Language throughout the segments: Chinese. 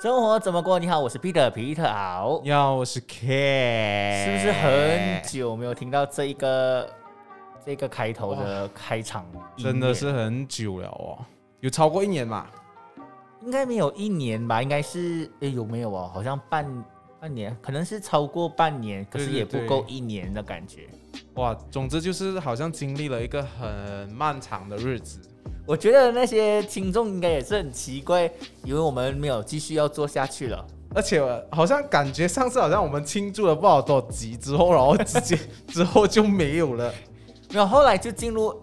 生活怎么过？你好，我是 Peter， 皮特好。 你好，我是 K。 是不是很久没有听到这个开头的开场音乐？ 真的是很久了哦，有超过1年嘛？ 应该没有1年吧？应该是有没有啊？好像半年，可能是超过半年，可是也不够1年的感觉。 哇，总之就是好像经历了一个很漫长的日子。 我觉得那些听众应该也是很奇怪，以为我们没有继续要做下去了。 而且好像感觉上次好像我们庆祝了不好多集之后，然后直接之后就没有了。 没有，后来就进入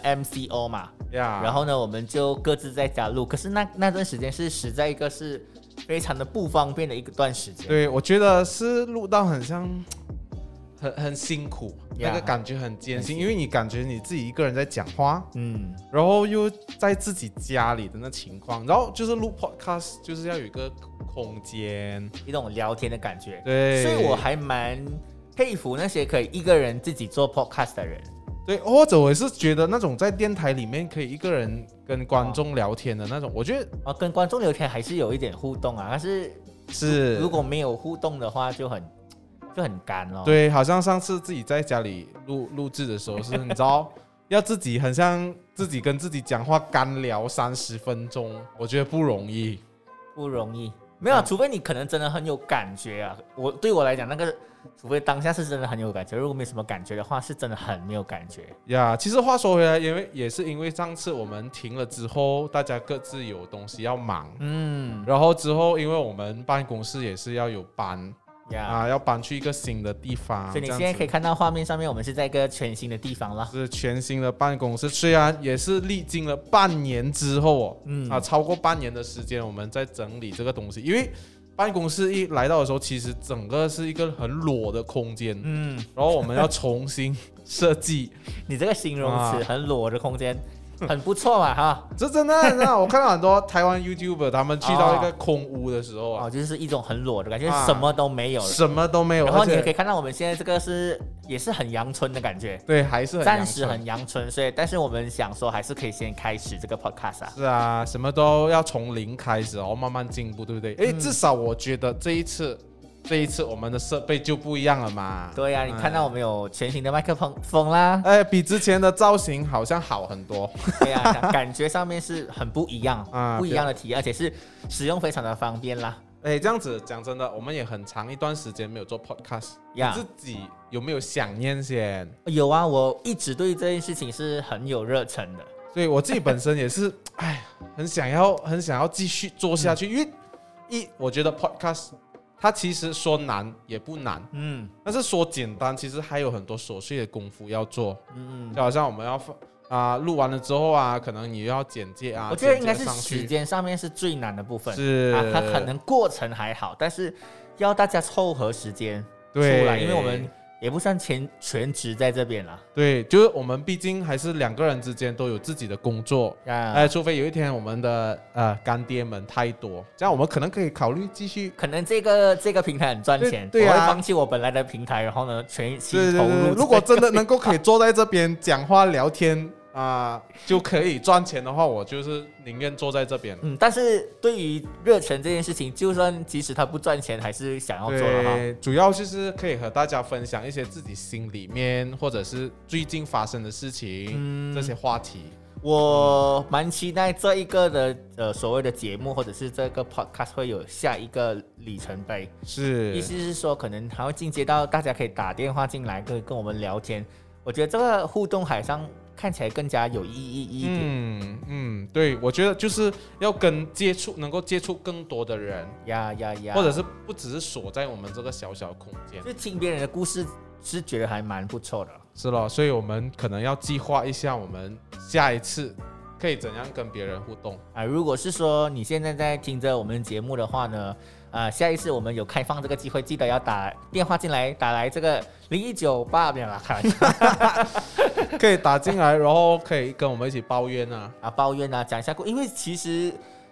MCO 嘛，然后呢，我们就各自在家录。可是那段时间是实在一个是非常的不方便的一段时间。 对，我觉得是录到很像很辛苦，那个感觉很艰辛，因为你感觉你自己一个人在讲话，然后又在自己家里的那情况，然后就是录 podcast 就是要有一个空间， 一种聊天的感觉。 对， 所以我还蛮佩服那些可以一个人自己做 podcast 的人。 对，或者我是觉得那种在电台里面可以一个人跟观众聊天的那种，我觉得跟观众聊天还是有一点互动啊，但是如果没有互动的话就很干咯。 对，好像上次自己在家里录制的时候是，你知道要自己很像自己跟自己讲话干聊30分钟，我觉得不容易， 没有，除非你可能真的很有感觉啊。对我来讲，那个除非当下是真的很有感觉，如果没什么感觉的话，是真的很没有感觉呀。其实话说回来，也是因为上次我们停了之后，大家各自有东西要忙，然后之后因为我们办公室也是要有搬。要搬去一个新的地方， 所以你现在可以看到画面上面，我们是在一个全新的地方了， 是全新的办公室。虽然也是历经了半年之后超过半年的时间，我们在整理这个东西。因为办公室一来到的时候，其实整个是一个很裸的空间，然后我们要重新设计。 你这个形容词很裸的空间。很不错嘛哈， 这真的，我看到很多台湾 YouTuber 他们去到一个空屋的时候就是一种很裸的感觉，什么都没有了， 什么都没有。 然后你也可以看到我们现在这个也是很阳春的感觉， 对，还是很暂时很阳春，所以但是我们想说还是可以先开始这个 podcast 啊。 是啊，什么都要从零开始，然后慢慢进步，对不对？至少我觉得这一次我们的设备就不一样了嘛。 对啊，你看到我们有全新的麦克风啦， 比之前的造型好像好很多。 对啊，感觉上面是很不一样不一样的体验，而且是使用非常的方便啦。 这样子讲真的，我们也很长一段时间没有做 podcast，你自己有没有想念先？ 有啊，我一直对这件事情是很有热忱的， 所以我自己本身也是很想要继续做下去，因为我觉得 podcast它其实说难也不难，但是说简单，其实还有很多琐碎的功夫要做，就好像我们要录完了之后可能你要简介我觉得应该是时间上面是最难的部分，它可能过程还好，但是要大家凑合时间出来，因为我们也不算全职在这边啦。 对，就是我们毕竟还是2个人之间都有自己的工作，除非有一天我们的干爹们太多，这样我们可能可以考虑继续。 可能这个平台很赚钱，我会放弃我本来的平台，然后呢全心投入。 如果真的能够可以坐在这边讲话聊天就可以赚钱的话，我就是宁愿坐在这边。 但是对于热忱这件事情，就算即使它不赚钱，还是想要做的哈。 主要就是可以和大家分享一些自己心里面或者是最近发生的事情，这些话题。 我蛮期待这一个的所谓的节目或者是这个 podcast 会有下一个里程碑。 是， 意思是说可能还会进阶到大家可以打电话进来跟我们聊天。我觉得这个互动好像看起来更加有意义一点。 对，我觉得就是要能够接触更多的人或者是不只是锁在我们这个小小空间， 就听别人的故事是觉得还蛮不错的。 是咯，所以我们可能要计划一下我们下一次可以怎样跟别人互动如果是说你现在在听着我们节目的话呢，下一次我们有开放这个机会，记得要打电话进来，打来这个0198，没有啦，开玩笑， 可以打进来，然后可以跟我们一起抱怨抱怨讲一下，因为其实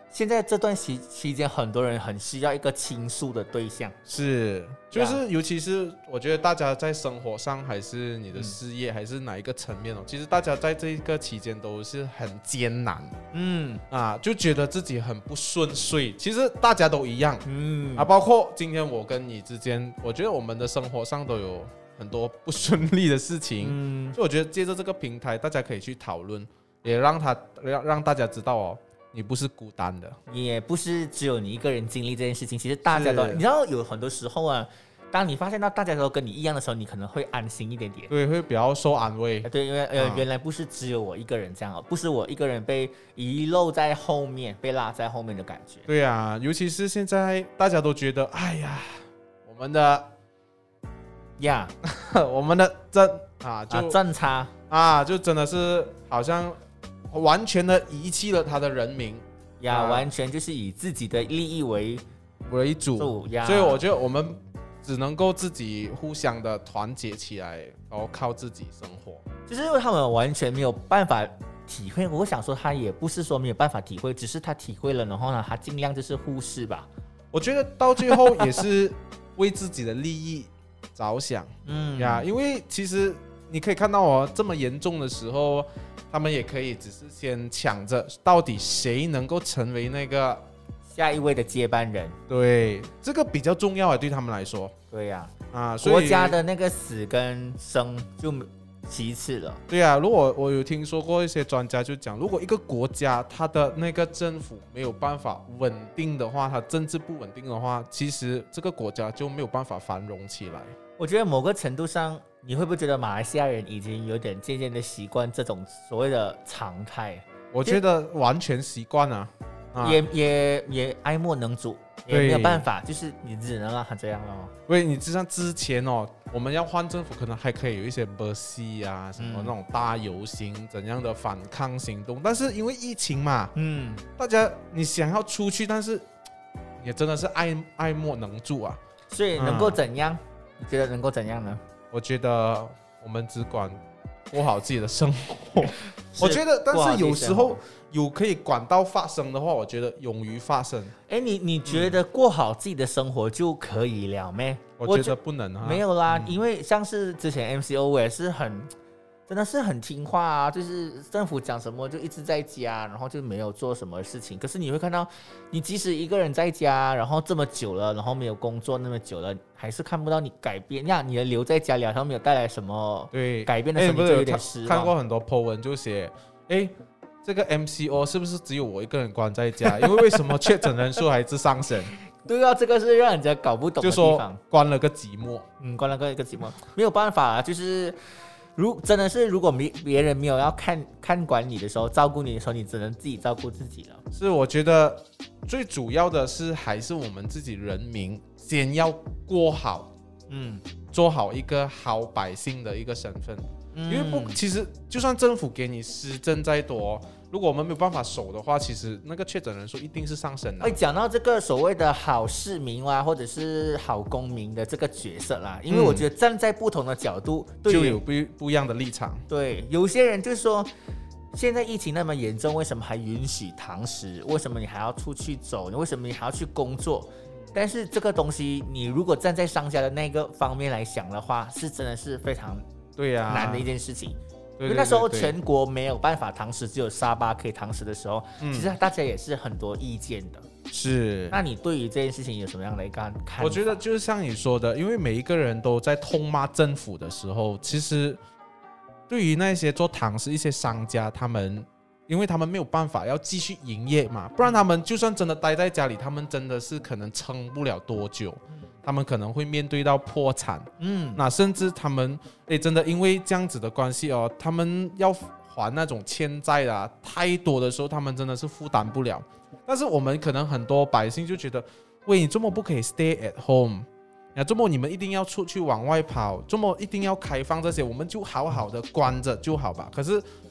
现在这段期间，很多人很需要一个倾诉的对象， 是，就是尤其是我觉得大家在生活上，还是你的事业，还是哪一个层面其实大家在这个期间都是很艰难，就觉得自己很不顺遂。其实大家都一样，包括今天我跟你之间，我觉得我们的生活上都有很多不顺利的事情，所以我觉得借着这个平台，大家可以去讨论，也让大家知道你不是孤单的， 你也不是只有你一个人经历这件事情。其实大家都，你知道有很多时候当你发现到大家都跟你一样的时候，你可能会安心一点点， 对，会比较受安慰。 对，因为原来不是只有我一个人这样不是我一个人被遗漏在后面，被落在后面的感觉。 对啊，尤其是现在大家都觉得，哎呀，我们的我们的政差就真的是好像完全的遗弃了他的人民完全就是以自己的利益为主， 所以我觉得我们只能够自己互相的团结起来，然后靠自己生活。 就是因为他们完全没有办法体会，我想说他也不是说没有办法体会，只是他体会了，然后呢，他尽量就是忽视吧。 我觉得到最后也是为自己的利益着想，因为其实你可以看到这么严重的时候，他们也可以只是先抢着到底谁能够成为那个下一位的接班人。 对，这个比较重要对他们来说。 对呀， 所以国家的那个死跟生就其次了。 对啊，如果我有听说过一些专家就讲，如果一个国家它的那个政府没有办法稳定的话，它政治不稳定的话，其实这个国家就没有办法繁荣起来。 我觉得某个程度上，你会不会觉得马来西亚人已经有点渐渐的习惯这种所谓的常态？ 我觉得完全习惯了， 也爱莫能助，也没有办法，就是你只能让他这样了。 因为你就像之前我们要换政府，可能还可以有一些bersih什么那种大游行怎样的反抗行动，但是因为疫情嘛，大家你想要出去，但是也真的是爱莫能助啊。 所以能够怎样？你觉得能够怎样呢？ 我觉得我们只管过好自己的生活。我觉得，但是有时候有可以管道发生的话，我觉得勇于发声。 你觉得过好自己的生活就可以了咩？ 我觉得不能没有啦，因为像是之前 MCO 我也是真的是很听话就是政府讲什么就一直在家，然后就没有做什么事情。可是你会看到，你即使一个人在家，然后这么久了，然后没有工作那么久了，还是看不到你改变。你的留在家里好像没有带来什么改变的时候，你就有点失望。 看过很多 po 文就写，这个 MCO 是不是只有我一个人关在家？因为什么确诊人数还是上升？ 对啊，这个是让人家搞不懂的地方。就说关了个寂寞， 关了个寂寞，没有办法就是真的是，如果别人没有要看管你的时候，照顾你的时候，你只能自己照顾自己了。 是，我觉得最主要的是还是我们自己人民先要过好，做好一个好百姓的一个身份。因为其实就算政府给你施政再多，如果我们没有办法守的话，其实那个确诊人数一定是上升的。 讲到这个所谓的好市民或者是好公民的这个角色啦，因为我觉得站在不同的角度， 就有不一样的立场。 对，有些人就说，现在疫情那么严重，为什么还允许堂食？为什么你还要出去走？为什么你还要去工作？但是这个东西，你如果站在商家的那个方面来想的话，是真的是非常难的一件事情。因为那时候全国没有办法堂食，只有沙巴可以堂食的时候，其实大家也是很多意见的。 是， 那你对于这件事情有什么样的一个看法？ 我觉得就是像你说的，因为每一个人都在痛骂政府的时候，其实对于那些做堂食一些商家，因为他们没有办法要继续营业嘛，不然他们就算真的待在家里，他们真的是可能撑不了多久。他们可能会面对到破产，那甚至他们真的因为这样子的关系他们要还那种欠债太多的时候，他们真的是负担不了。但是我们可能很多百姓就觉得，你这么不可以 stay at home， 这么你们一定要出去往外跑，这么一定要开放这些，我们就好好的关着就好吧。可是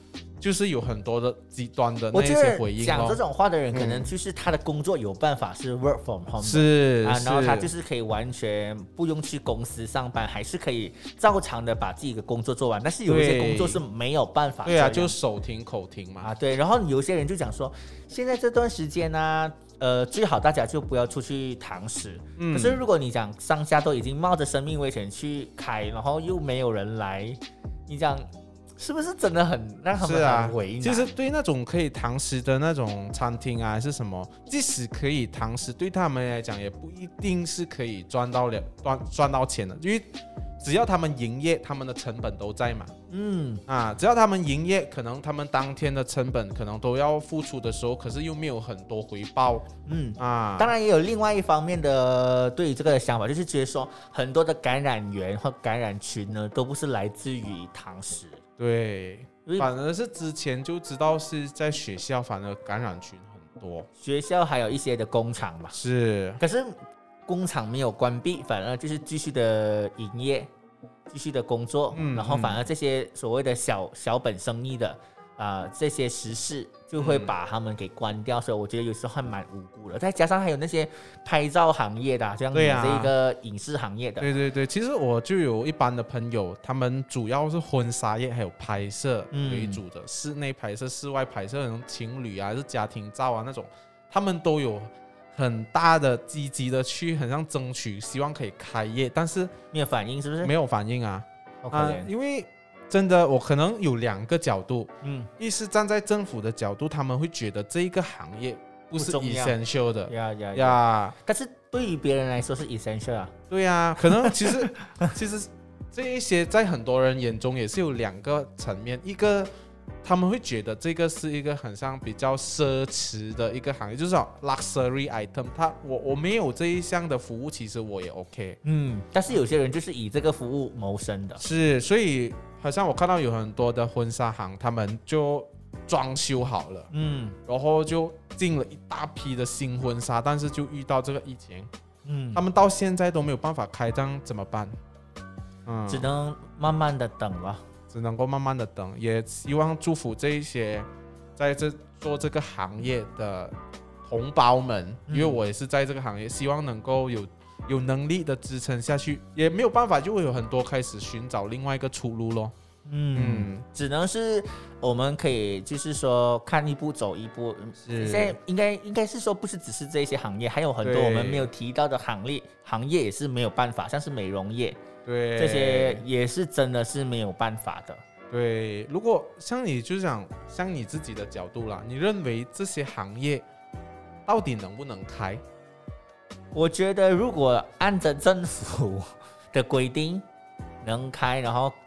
就是有很多的极端的那些回应。 讲这种话的人，可能就是他的工作有办法是 work from home 的， 是然后他就是可以完全不用去公司上班，还是可以照常的把自己的工作做完。但是有一些工作是没有办法， 对啊，就手停口停嘛。 对。然后有些人就讲说，现在这段时间呢，最好大家就不要出去堂食。可是如果你讲商家都已经冒着生命危险去开，然后又没有人来，你讲是不是真的很让他们很为难？ 其实对那种可以堂食的那种餐厅啊，还是什么，即使可以堂食，对他们来讲也不一定是可以赚到钱的，因为只要他们营业，他们的成本都在嘛。只要他们营业，可能他们当天的成本可能都要付出的时候，可是又没有很多回报。 当然也有另外一方面的对于这个的想法，就是觉得说很多的感染源或感染群呢，都不是来自于堂食。 对，反而是之前就知道是在学校，反而感染群很多。 学校还有一些的工厂嘛， 是。 可是工厂没有关闭，反而就是继续的营业，继续的工作，然后反而这些所谓的小本生意的这些时事就会把他们给关掉，所以我觉得有时候还蛮无辜的。再加上还有那些拍照行业的，像这一个影视行业的， 对，其实我就有一般的朋友，他们主要是婚纱业还有拍摄为主的，室内拍摄、室外拍摄，那种情侣啊，还是家庭照啊那种，他们都有很大的积极的去，很像争取，希望可以开业，但是没有反应，是不是？ 没有反应啊，因为真的，我可能有两个角度，一是站在政府的角度，他们会觉得这一个行业不是 essential 的呀，但是对于别人来说是 essential 啊。 对啊，可能其实这一些在很多人眼中也是有两个层面，一个他们会觉得这个是一个很像比较奢侈的一个行业，就是 luxury item， 我没有这一项的服务，其实我也 OK。 但是有些人就是以这个服务谋生的， 是，所以好像我看到有很多的婚纱行，他们就装修好了，然后就进了一大批的新婚纱，但是就遇到这个疫情，他们到现在都没有办法开张，怎么办？ 只能慢慢的等了。 只能够慢慢的等，也希望祝福这一些在做这个行业的同胞们，因为我也是在这个行业，希望能够有能力的支撑下去，也没有办法，就会有很多开始寻找另外一个出路咯。 只能是我们可以就是说看一步走一步。现在应该是说不是只是这些行业，还有很多我们没有提到的行业也是没有办法，像是美容业。对，这些也是真的是没有办法的。 对，如果像你就讲，像你自己的角度啦，你认为这些行业到底能不能开？ 我觉得如果按着政府的规定能开，然后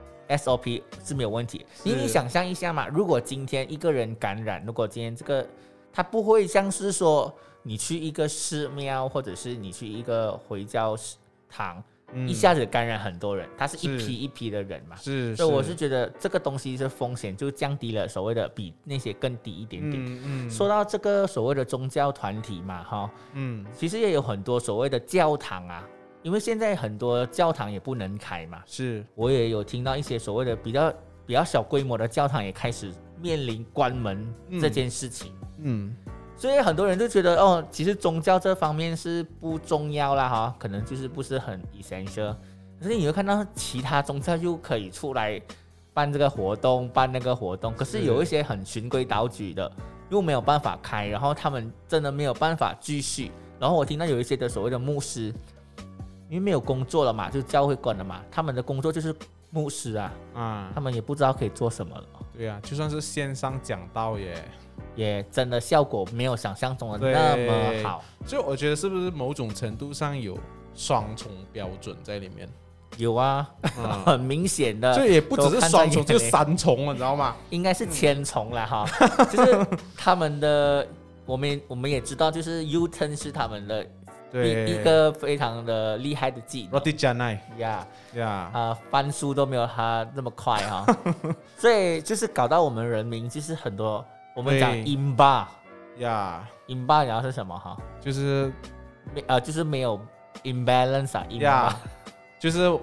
SOP 是没有问题。你想象一下嘛，如果今天一个人感染，如果今天这个他不会像是说你去一个寺庙，或者是你去一个回教堂。一下子感染很多人，它是一批一批的人嘛，所以我是觉得这个东西是风险就降低了，所谓的比那些更低一点点。说到这个所谓的宗教团体嘛，其实也有很多所谓的教堂啊，因为现在很多教堂也不能开嘛，我也有听到一些所谓的比较小规模的教堂也开始面临关门这件事情。所以很多人就觉得其实宗教这方面是不重要啦可能就是不是很 essential。可是你会看到其他宗教又可以出来办这个活动，办那个活动，可是有一些很循规蹈矩的又没有办法开，然后他们真的没有办法继续。然后我听到有一些的所谓的牧师，因为没有工作了嘛，就教会关了嘛，他们的工作就是牧师啊，他们也不知道可以做什么了。 对啊，就算是线上讲道也真的效果没有想象中的那么好， 所以我觉得是不是某种程度上有双重标准在里面？ 有啊，很明显的， 所以也不只是双重，就三重了，你知道吗？ 应该是千重了就是他们的，我们也知道，就是 U-turn 是他们的一个非常的厉害的技能。 Roti Canai， 翻书都没有他那么快所以就是搞到我们人民就是很多。我们讲 imba 然后是什么就是就是没有 imbalance imba 就是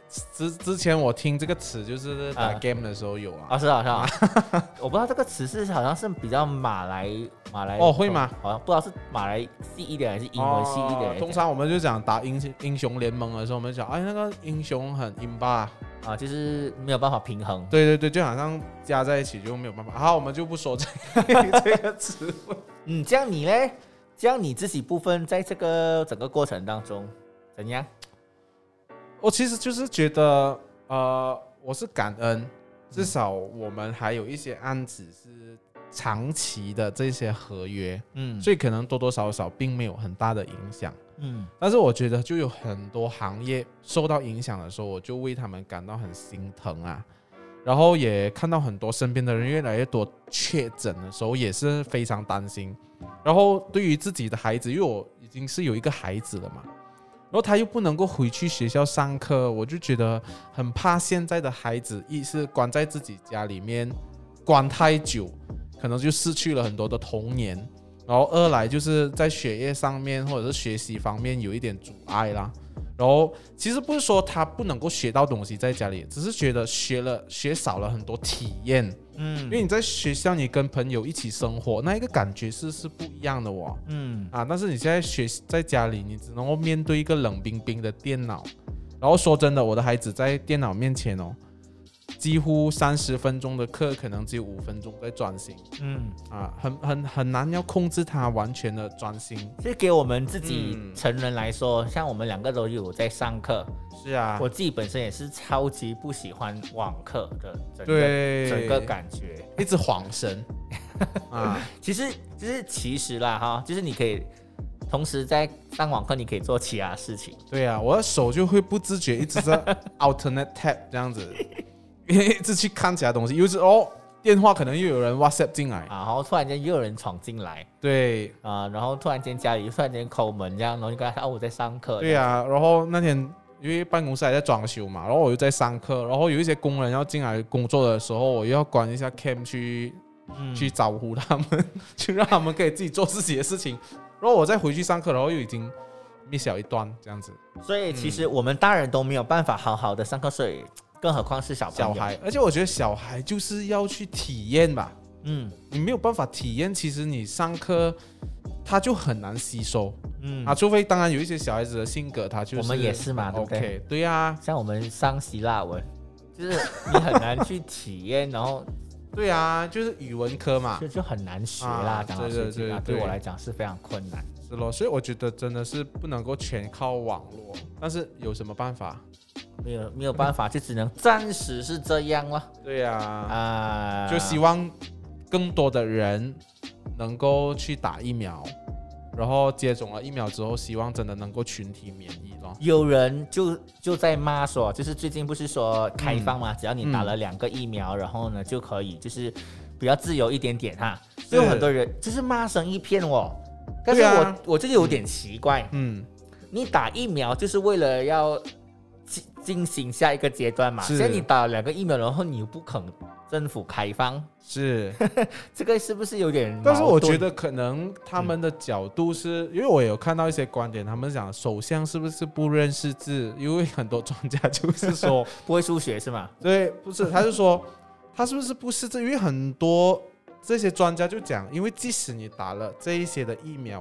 之前我听这个词就是打 game 的时候有啊。 是啊，我不知道这个词是好像是比较马来会吗？ 好像不知道是马来系一点还是英文系一点。 通常我们就讲打英雄联盟的时候，我们讲那个英雄很阴巴就是没有办法平衡。 对，就好像加在一起就没有办法。好，我们就不说这个词汇。 这样你呢？这样你自己部分在这个整个过程当中怎样？ 我其实就是觉得，我是感恩，至少我们还有一些案子是长期的这些合约，所以可能多多少少并没有很大的影响，但是我觉得就有很多行业受到影响的时候，我就为他们感到很心疼啊，然后也看到很多身边的人越来越多确诊的时候，也是非常担心，然后对于自己的孩子，因为我已经是有一个孩子了嘛。然后他又不能够回去学校上课，我就觉得很怕现在的孩子一是关在自己家里面关太久，可能就失去了很多的童年，然后二来就是在学业上面或者是学习方面有一点阻碍啦。然后其实不是说他不能够学到东西在家里，只是觉得学少了很多体验。因为你在学校你跟朋友一起生活，那一个感觉是不一样的哦。但是你现在在家里，你只能够面对一个冷冰冰的电脑。然后说真的，我的孩子在电脑面前几乎30分钟的课，可能只有5分钟在专心。很难要控制他完全的专心。 其实给我们自己成人来说，像我们2个都有在上课。 是啊， 我自己本身也是超级不喜欢网课的整个感觉， 一直晃神其实啦就是你可以同时在上网课，你可以做其他事情。 对啊，我的手就会不自觉一直在 alternate tab 这样子，一直去看其他东西，又是电话可能又有人 WhatsApp 进来然后突然间又有人闯进来， 对然后突然间家里突然间叩门这样，然后你跟他说我在上课。 对啊，然后那天因为办公室还在装修嘛，然后我又在上课，然后有一些工人要进来工作的时候，我又要关一下 cam 去招呼他们，去让他们可以自己做自己的事情，然后我再回去上课，然后又已经miss小一段这样子。 所以其实我们大人都没有办法好好的上课，所以更何况是小孩。而且我觉得小孩就是要去体验吧，你没有办法体验，其实你上课他就很难吸收。除非当然有一些小孩子的性格，他就是我们也是嘛，对不对？ OK， 对啊， 像我们上希腊文，就是你很难去体验，然后对啊，就是语文科嘛， 就很难学啦。讲到事情对我来讲是非常困难。 是咯，所以我觉得真的是不能够全靠网络，但是有什么办法？ 没有办法，就只能暂时是这样了。 对啊，就希望更多的人能够去打疫苗。然后接种了疫苗之后，希望真的能够群体免疫咯。有人就在骂说，就是最近不是说开放嘛，只要你打了2个疫苗，然后呢就可以就是比较自由一点点哈。就有很多人就是骂声一片但是我就有点奇怪，你打疫苗就是为了要进行下一个阶段嘛，现在你打了2个疫苗，然后你又不肯政府开放， 是这个是不是有点矛盾？ 但是我觉得可能他们的角度是，因为我有看到一些观点，他们讲首相是不是不认识字，因为很多专家就是说不会数学是吗？ 对，不是，他是说他是不是不识字，因为很多这些专家就讲，因为即使你打了这一些的疫苗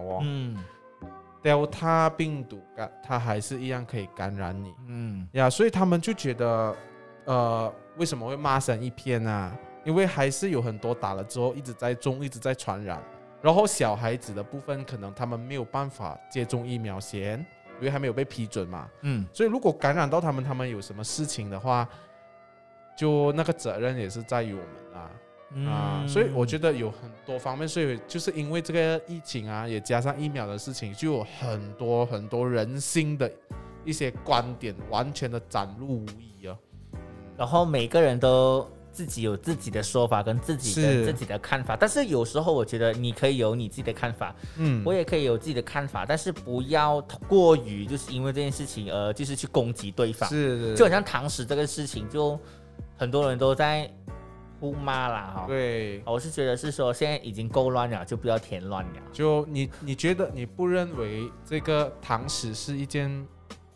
Delta 病毒它还是一样可以感染你，所以他们就觉得为什么会骂声一片啊？因为还是有很多打了之后一直在中，一直在传染，然后小孩子的部分可能他们没有办法接种疫苗先，因为还没有被批准嘛，所以如果感染到他们有什么事情的话，就那个责任也是在于我们所以我觉得有很多方面，所以就是因为这个疫情也加上疫苗的事情，就有很多很多人性的一些观点完全的展露无遗然后每个人都自己有自己的说法跟自己的看法，但是有时候我觉得你可以有你自己的看法，我也可以有自己的看法，但是不要过于就是因为这件事情而就是去攻击对方，就好像堂食这个事情，就很多人都在互骂啦对， 我是觉得是说现在已经够乱了，就不要添乱了。 就你觉得你不认为这个堂食是一件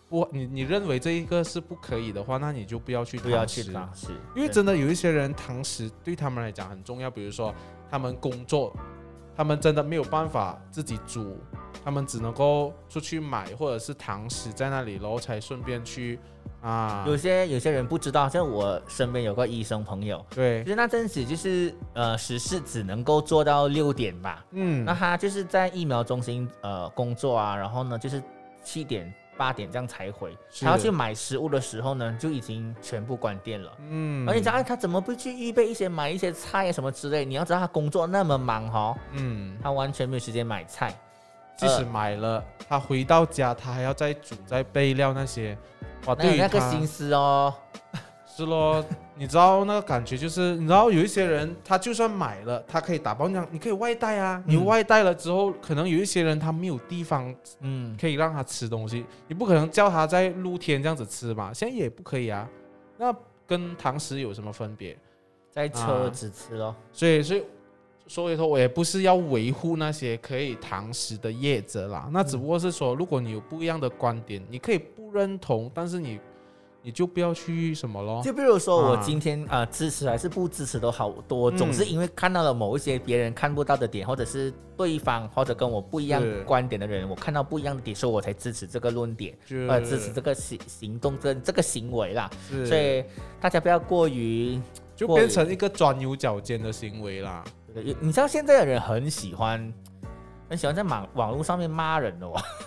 不，你认为这一个是不可以的话，那你就不要去堂食，因为真的有一些人堂食对他们来讲很重要，比如说他们工作，他们真的没有办法自己煮，他们只能够出去买，或者是堂食在那里，然后才顺便去啊。 有些人不知道，像我身边有个医生朋友， 对， 就是那阵子就是时事只能够做到6点吧，那他就是在疫苗中心工作啊，然后呢就是7点8点这样才回，他要去买食物的时候呢，就已经全部关店了。而你讲他怎么不去预备买一些菜什么之类？你要知道他工作那么忙他完全没有时间买菜。 即使买了，他回到家他还要再煮再备料那些，哇，对于他那个心思哦。 是咯，你知道那个感觉就是，你知道有一些人他就算买了，他可以打包这样，你可以外带啊。你外带了之后，可能有一些人他没有地方，可以让他吃东西，你不可能叫他在露天这样子吃嘛，现在也不可以啊。那跟堂食有什么分别？ 在车子吃咯。 所以说我也不是要维护那些可以堂食的业者啦，那只不过是说，如果你有不一样的观点，你可以不认同，但是你就不要去什么咯。 就比如说我今天支持还是不支持都好多，总是因为看到了某一些别人看不到的点，或者是对方或者跟我不一样观点的人，我看到不一样的点，所以我才支持这个论点，支持这个行动跟这个行为啦。所以大家不要过于就变成一个钻牛角尖的行为啦。 你知道现在的人很喜欢在网络上面骂人的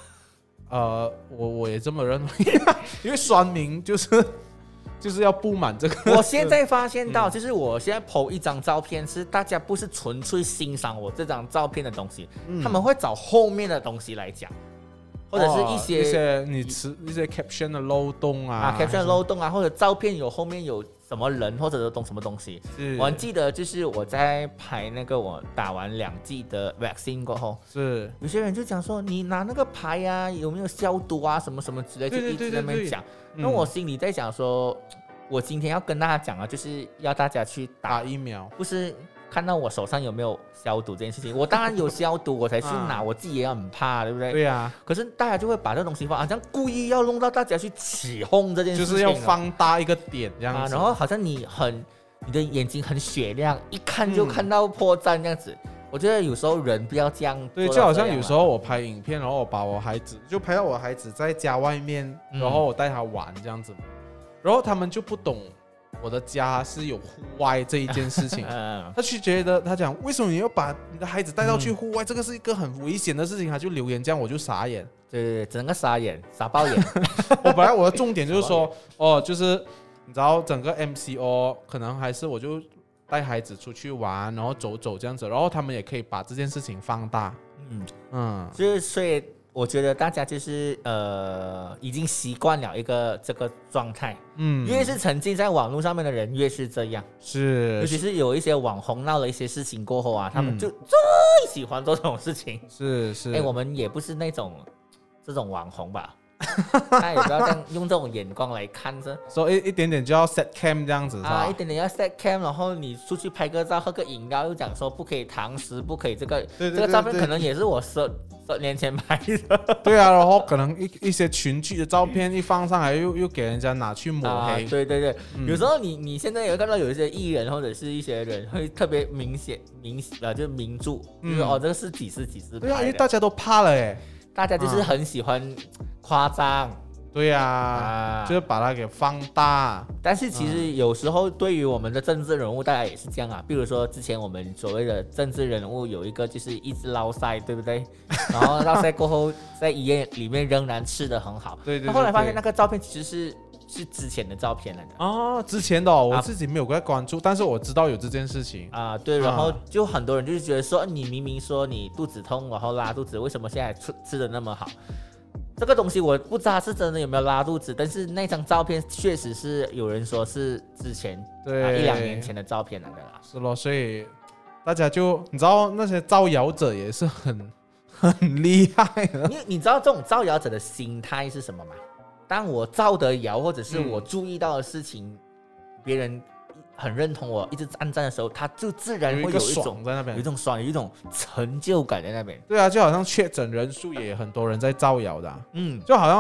我也这么认为，因为酸民就是要布满这个。 我现在发现到，就是我现在 po 一张照片，是大家不是纯粹欣赏我这张照片的东西，他们会找后面的东西来讲，或者是一些一些 caption 的漏洞啊 ，caption 的漏洞啊，或者照片后面有什么人或者什么东西。我还记得就是我在排那个我打完2剂的 vaccine 过后， 是有些人就讲说你拿那个牌啊有没有消毒啊什么什么之类，就一直在那边讲。那我心里在想说，我今天要跟大家讲啊，就是要大家去打疫苗， 不是看到我手上有没有消毒这件事情。我当然有消毒我才去拿，我自己也很怕，对不对？ 对呀。 可是大家就会把这东西放，好像故意要弄到大家去起哄这件事情， 就是要放大一个点这样子， 然后好像你的眼睛很雪亮，一看就看到破绽这样子。我觉得有时候人不要这样。 对，就好像有时候我拍影片，然后我把我孩子就拍到我孩子在家外面，然后我带他玩这样子，然后他们就不懂我的家是有户外这一件事情，他去觉得他讲为什么你要把你的孩子带到去户外，这个是一个很危险的事情，他就留言这样，我就傻眼。 对，整个傻眼，傻爆眼。 我本来我的重点就是说，就是你知道整个 MCO 可能还是我就带孩子出去玩，然后走走这样子，然后他们也可以把这件事情放大。 就是所以我觉得大家就是已经习惯了这个状态，越是沉浸在网络上面的人越是这样， 是， 尤其是有一些网红闹了一些事情过后啊，他们就最喜欢做这种事情。 是， 我们也不是这种网红吧。大家也不要这样用这种眼光来看着， 所以一点点就要 set cam 这样子是吧？ 一点点要 set cam， 然后你出去拍个照、喝个饮料，又讲说不可以堂食，不可以这个。这个照片可能也是我10年前拍的。 对啊，然后可能一些群聚的照片一放上来，又给人家拿去抹黑。 对，有时候你现在也会看到有一些艺人或者是一些人会特别就明注，就是这个是几次拍的。 对啊，因为大家都怕了哎。 大家就是很喜欢夸张， 对呀，就是把它给放大。 但是其实有时候对于我们的政治人物，大家也是这样啊。比如说之前我们所谓的政治人物有一个就是一直落塞，对不对？然后落塞过后在医院里面仍然吃得很好。 对。 后来发现那个照片其实是之前的照片来的。 之前的我自己没有在关注，但是我知道有这件事情啊。对，然后就很多人就是觉得说，你明明说你肚子痛，然后拉肚子，为什么现在吃得那么好？这个东西我不知道是真的有没有拉肚子，但是那张照片确实是有人说是之前1-2年前的照片来的啦。 是咯，所以大家就你知道那些造谣者也是很厉害的。 你知道这种造谣者的心态是什么吗？当我造的谣，或者是我注意到的事情，别人很认同我，一直按赞的时候，他就自然会有一种在那边， 有一种爽，有一种成就感在那边。 对啊，就好像确诊人数也很多人在造谣的，就好像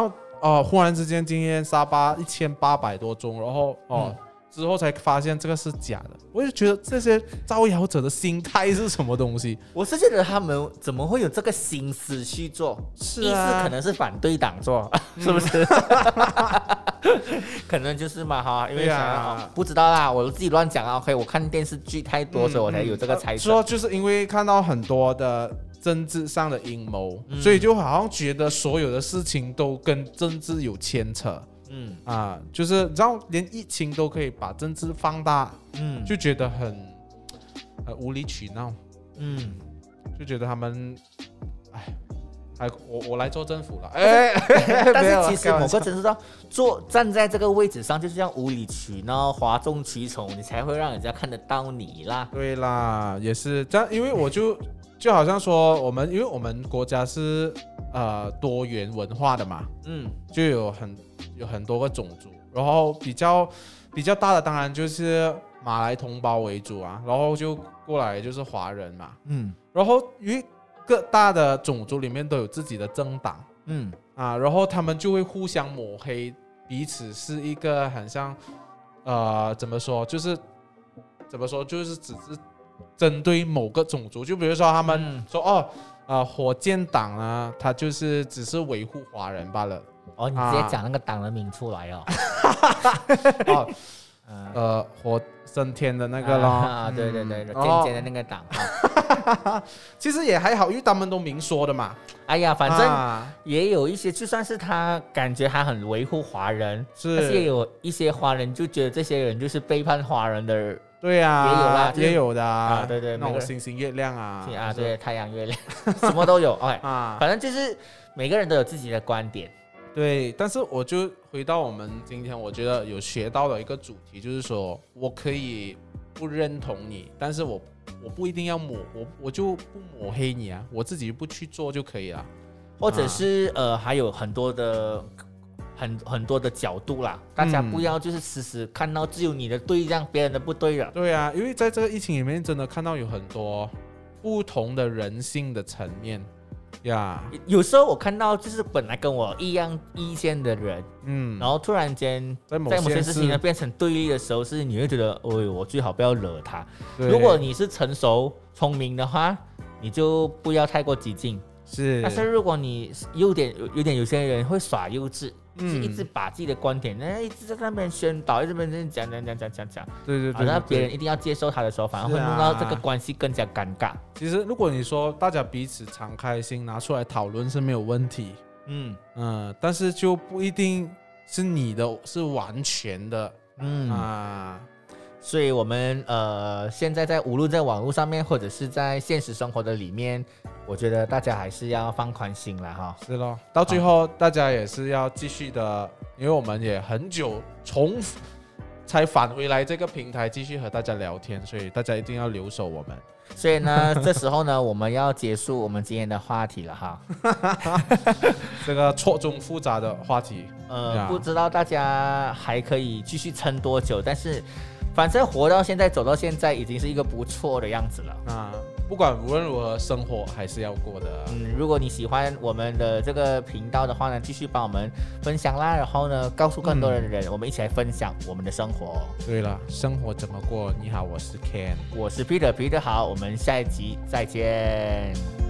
忽然之间今天沙巴1800多宗，然后之后才发现这个是假的。我就觉得这些造谣者的心态是什么东西？ 我是觉得他们怎么会有这个心思去做？ 是意思可能是反对党做，是不是？可能就是嘛哈，因为不知道啦，我自己乱讲啊。OK， 我看电视剧太多，所以我才有这个猜测。 说就是因为看到很多的政治上的阴谋，所以就好像觉得所有的事情都跟政治有牵扯。就是然后连疫情都可以把政治放大，就觉得很无理取闹，就觉得他们，我来做政府了， 但是其实某个程度上，站在这个位置上就是这样无理取闹、哗众取宠，你才会让人家看得到你啦。 对啦，也是这样，因为我就好像说因为我们国家是多元文化的嘛，就有很多个种族，然后比较大的当然就是马来同胞为主啊，然后就过来就是华人嘛，然后因为各大的种族里面都有自己的政党，然后他们就会互相抹黑彼此，是一个很像怎么说就是只是针对某个种族，就比如说他们说火箭党啊，他就是只是维护华人罢了。 你直接讲那个党的名出来哦。 火升天的那个咯， 对，尖尖的那个党。 其实也还好，因为他们都明说的嘛。 哎呀，反正也有一些，就算是他感觉他很维护华人，但是也有一些华人就觉得这些人就是背叛华人的。 对啊， 也有啦， 也有的对， 那种星星月亮对，太阳月亮什么都有。OK，反正就是每个人都有自己的观点。 对，但是我就回到我们今天我觉得有学到的一个主题，就是说我可以不认同你，但是我不一定要我就不抹黑你啊，我自己不去做就可以了。 或者是还有很多的很多的角度啦，大家不要就是时时看到只有你的对，这样别人的不对了。 对啊，因为在这个疫情里面真的看到有很多不同的人性的层面。 有时候我看到就是本来跟我一样意见的人，然后突然间在某些事情呢变成对立的时候，是你会觉得，我最好不要惹他。如果你是成熟聪明的话，你就不要太过激进。但是如果你有些人会耍幼稚，就一直把自己的观点一直在那边宣导，一直在那边讲， 对， 那别人一定要接受他的时候，反而会弄到这个关系更加尴尬。 其实如果你说大家彼此敞开心拿出来讨论是没有问题，但是就不一定是你的是完全的， 所以我们现在无论在网络上面或者是在现实生活的里面，我觉得大家还是要放宽心啦哈。 是咯，到最后大家也是要继续的，因为我们也很久才返回来这个平台继续和大家聊天，所以大家一定要留守我们。 所以呢，这时候呢，我们要结束我们今天的话题了哈。 这个错综复杂的话题， 不知道大家还可以继续撑多久，但是反正活到现在，走到现在，已经是一个不错的样子了。 不管无论如何，生活还是要过的。 如果你喜欢我们的这个频道的话呢，继续帮我们分享啦，然后呢，告诉更多的人，我们一起来分享我们的生活。 对了，生活怎么过？你好，我是 Ken， 我是 Peter， 好，我们下一集再见。